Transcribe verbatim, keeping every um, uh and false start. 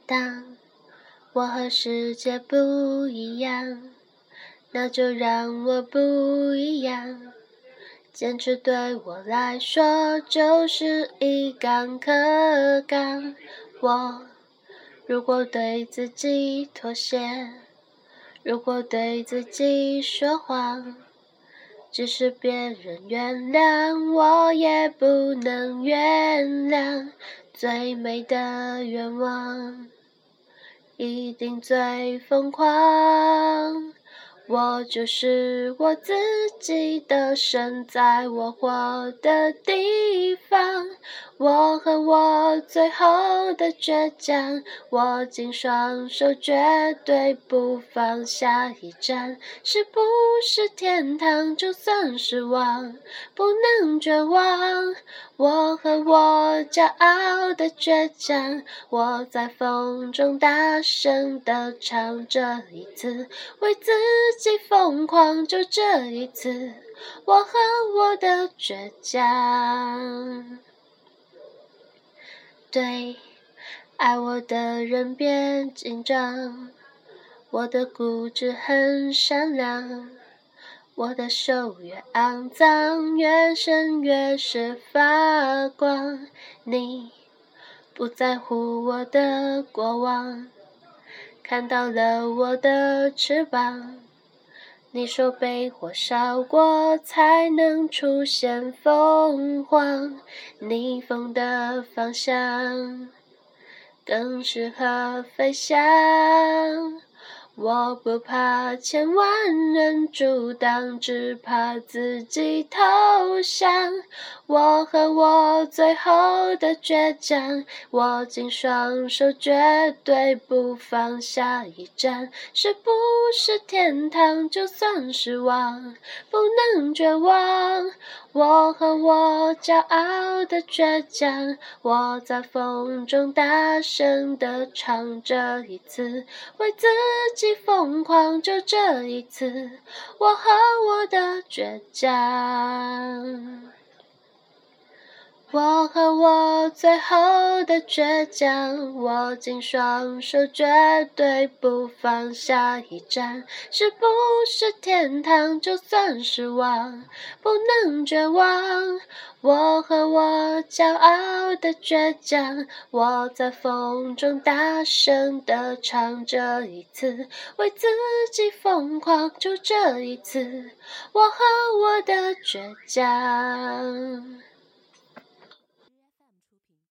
当我和世界不一样，那就让我不一样。坚持对我来说就是一杆可钢。我如果对自己妥协，如果对自己说谎，只是别人原谅，我也不能原谅。最美的愿望一定最疯狂，我就是我自己的神，在我活的地方，我和我最后的倔强，握紧双手绝对不放。下一站是不是天堂，就算失望不能绝望，我和我骄傲的倔强，我在风中大声地唱，这一次为自己疯狂，就这一次，我和我的倔强。对爱我的人别紧张，我的固执很善良，我的手越肮脏，越深越是发光。你不在乎我的过往，看到了我的翅膀。你说被火烧过才能出现凤凰，逆风的方向更适合飞翔。我不怕千万人阻挡，只怕自己投降。我和我最后的倔强，握紧双手绝对不放。下一站是不是天堂，就算失望不能绝望，我和我骄傲的倔强，我在风中大声地唱，这一次为自己疯狂，就这一次，我和我的倔强。我和我最后的倔强，握紧双手绝对不放。下一站是不是天堂，就算失望不能绝望，我和我骄傲的倔强，我在风中大声地唱，这一次为自己疯狂，就这一次，我和我的倔强。